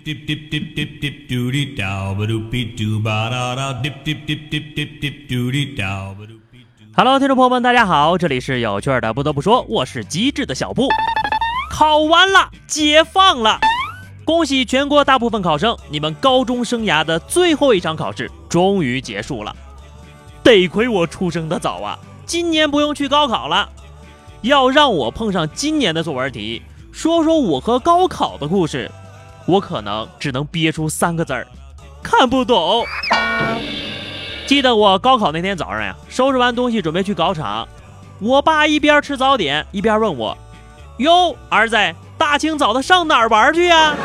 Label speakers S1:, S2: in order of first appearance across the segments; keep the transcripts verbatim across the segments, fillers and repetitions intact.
S1: Hello， 听众朋友们，大家好，这里是有趣的。不得不说，我是机智的小布。考完了，解放了，恭喜全国大部分考生，你们高中生涯的最后一场考试终于结束了。得亏我出生的早啊，今年不用去高考了。要让我碰上今年的作文题，说说我和高考的故事，我可能只能憋出三个字儿：看不懂。记得我高考那天早上呀，收拾完东西准备去考场，我爸一边吃早点一边问我：哟，儿子，大清早的上哪儿玩去呀？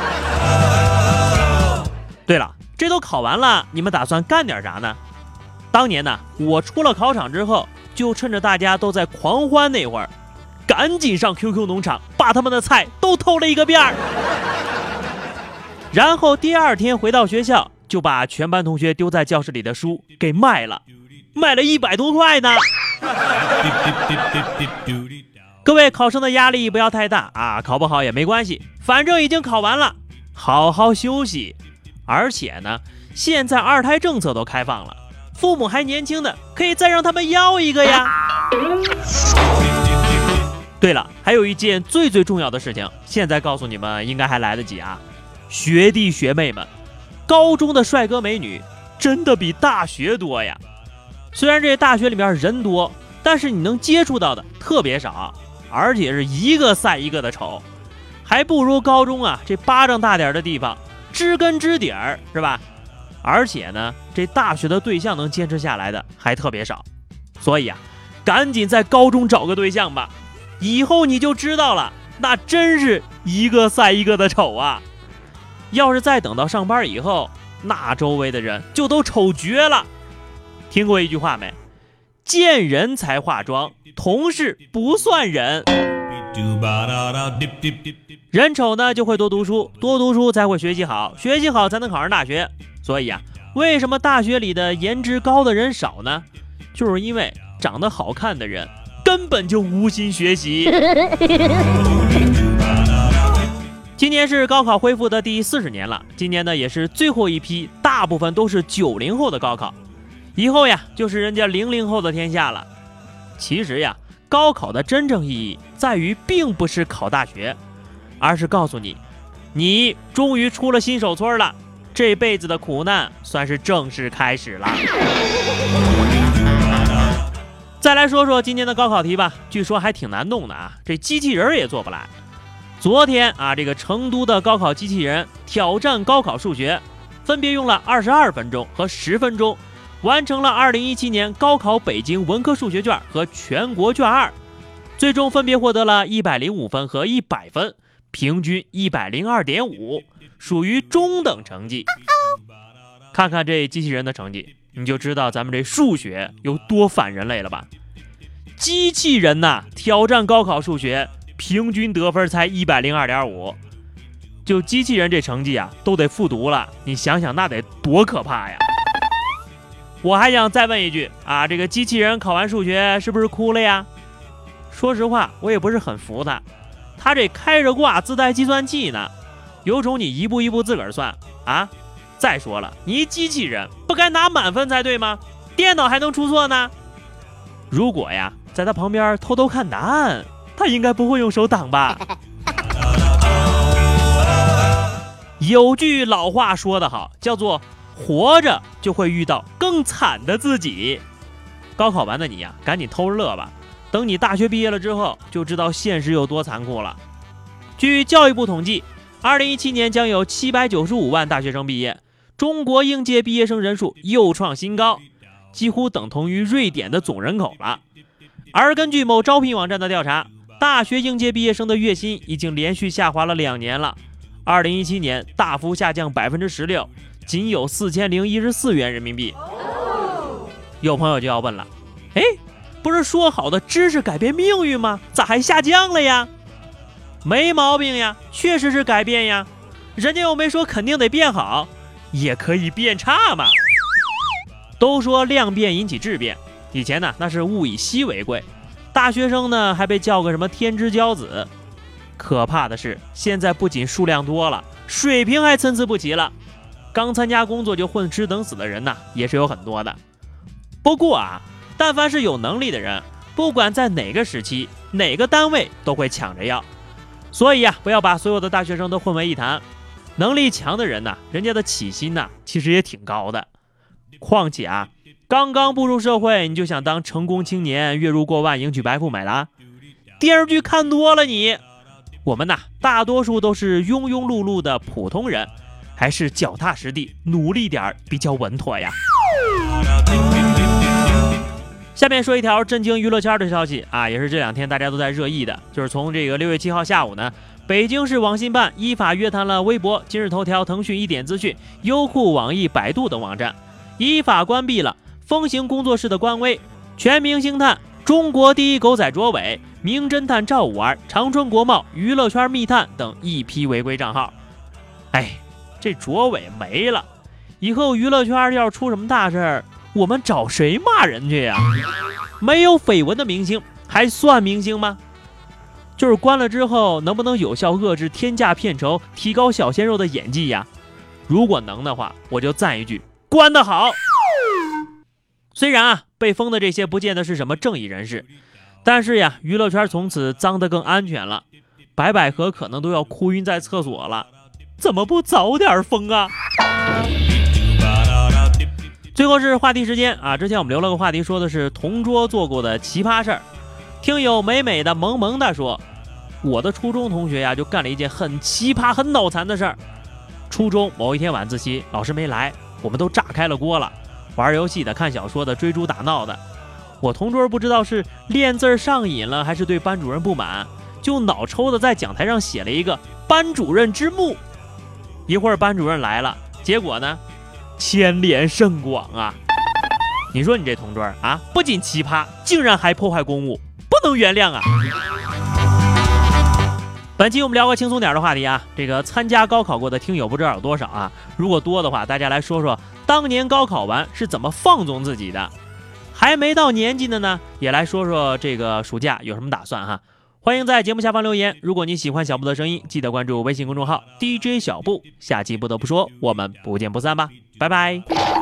S1: 对了，这都考完了，你们打算干点啥呢？当年呢，我出了考场之后，就趁着大家都在狂欢那会儿，赶紧上 Q Q 农场把他们的菜都偷了一个遍儿。然后第二天回到学校，就把全班同学丢在教室里的书给卖了，卖了一百多块呢。各位考生的压力不要太大啊，考不好也没关系，反正已经考完了，好好休息。而且呢，现在二胎政策都开放了，父母还年轻的，可以再让他们要一个呀。对了，还有一件最最重要的事情，现在告诉你们应该还来得及啊，学弟学妹们，高中的帅哥美女真的比大学多呀。虽然这大学里面人多，但是你能接触到的特别少，而且是一个赛一个的丑，还不如高中啊这巴掌大点的地方知根知底儿，是吧？而且呢，这大学的对象能坚持下来的还特别少，所以啊，赶紧在高中找个对象吧，以后你就知道了，那真是一个赛一个的丑啊。要是再等到上班以后，那周围的人就都丑绝了。听过一句话没？见人才化妆，同事不算人。人丑呢就会多读书，多读书才会学习好，学习好才能考上大学。所以啊，为什么大学里的颜值高的人少呢？就是因为长得好看的人根本就无心学习。今年是高考恢复的第四十年了，今年呢也是最后一批大部分都是九零后的高考，以后呀就是人家零零后的天下了。其实呀，高考的真正意义在于并不是考大学，而是告诉你，你终于出了新手村了，这辈子的苦难算是正式开始了。再来说说今年的高考题吧，据说还挺难弄的啊，这机器人也做不来。昨天啊，这个成都的高考机器人挑战高考数学，分别用了二十二分钟和十分钟，完成了二零一七年高考北京文科数学卷和全国卷二，最终分别获得了一百零五分和一百分，平均一百零二点五，属于中等成绩。看看这机器人的成绩，你就知道咱们这数学有多反人类了吧？机器人呐、啊，挑战高考数学，平均得分才一百零二点五，就机器人这成绩啊，都得复读了，你想想那得多可怕呀！我还想再问一句啊，这个机器人考完数学是不是哭了呀？说实话，我也不是很服他，他这开着挂自带计算器呢，有种你一步一步自个儿算啊！再说了，你机器人不该拿满分才对吗？电脑还能出错呢？如果呀，在他旁边偷偷看答案，他应该不会用手挡吧？有句老话说得好，叫做活着就会遇到更惨的自己。高考完的你呀，赶紧偷着乐吧，等你大学毕业了之后，就知道现实有多残酷了。据教育部统计，二零一七年将有七百九十五万大学生毕业，中国应届毕业生人数又创新高，几乎等同于瑞典的总人口了。而根据某招聘网站的调查，大学应届毕业生的月薪已经连续下滑了两年了，二零一七年大幅下降百分之十六，仅有四千零一十四元人民币。有朋友就要问了，哎，不是说好的知识改变命运吗？咋还下降了呀？没毛病呀，确实是改变呀，人家又没说肯定得变好，也可以变差嘛。都说量变引起质变，以前呢那是物以稀为贵，大学生呢还被叫个什么天之骄子。可怕的是，现在不仅数量多了， 水平还参差不齐了。刚参加工作就混吃等死的人呢，也是有很多的。不过啊，但凡是有能力的人，不管在哪个时期、哪个单位，都会抢着要。所以啊，不要把所有的大学生都混为一谈。能力强的人呢，人家的起薪呢，其实也挺高的。况且啊，刚刚步入社会，你就想当成功青年，月入过万，迎娶白富美了？电视剧看多了你。我们呐，大多数都是庸庸碌碌的普通人，还是脚踏实地，努力点比较稳妥呀。下面说一条震惊娱乐圈的消息啊，也是这两天大家都在热议的，就是从这个六月七号下午呢，北京市网信办依法约谈了微博、今日头条、腾讯一点资讯、优酷、网易、百度等网站，依法关闭了风行工作室的官微、全明星探、中国第一狗仔卓伟、名侦探赵五儿、长春国贸、娱乐圈密探等一批违规账号。哎，这卓伟没了，以后娱乐圈要出什么大事儿，我们找谁骂人去呀？没有绯闻的明星还算明星吗？就是关了之后能不能有效遏制天价片酬，提高小鲜肉的演技呀？如果能的话，我就赞一句关得好。虽然啊，被封的这些不见得是什么正义人士，但是呀，娱乐圈从此脏得更安全了，白百合可能都要哭晕在厕所了，怎么不早点封啊？最后是话题时间啊！之前我们留了个话题，说的是同桌做过的奇葩事儿。听友美美的萌萌的说，我的初中同学呀，就干了一件很奇葩、很脑残的事儿。初中某一天晚自习，老师没来，我们都炸开了锅了，玩游戏的、看小说的、追逐打闹的。我同桌不知道是练字上瘾了，还是对班主任不满，就脑抽的在讲台上写了一个班主任之墓。一会儿班主任来了，结果呢，牵连甚广啊！你说你这同桌啊，不仅奇葩，竟然还破坏公务，不能原谅啊！本期我们聊个轻松点的话题啊，这个参加高考过的听友不知道有多少啊？如果多的话，大家来说说当年高考完是怎么放纵自己的。还没到年纪的呢，也来说说这个暑假有什么打算哈。欢迎在节目下方留言。如果你喜欢小布的声音，记得关注微信公众号 D J 小布。下期不得不说，我们不见不散吧，拜拜。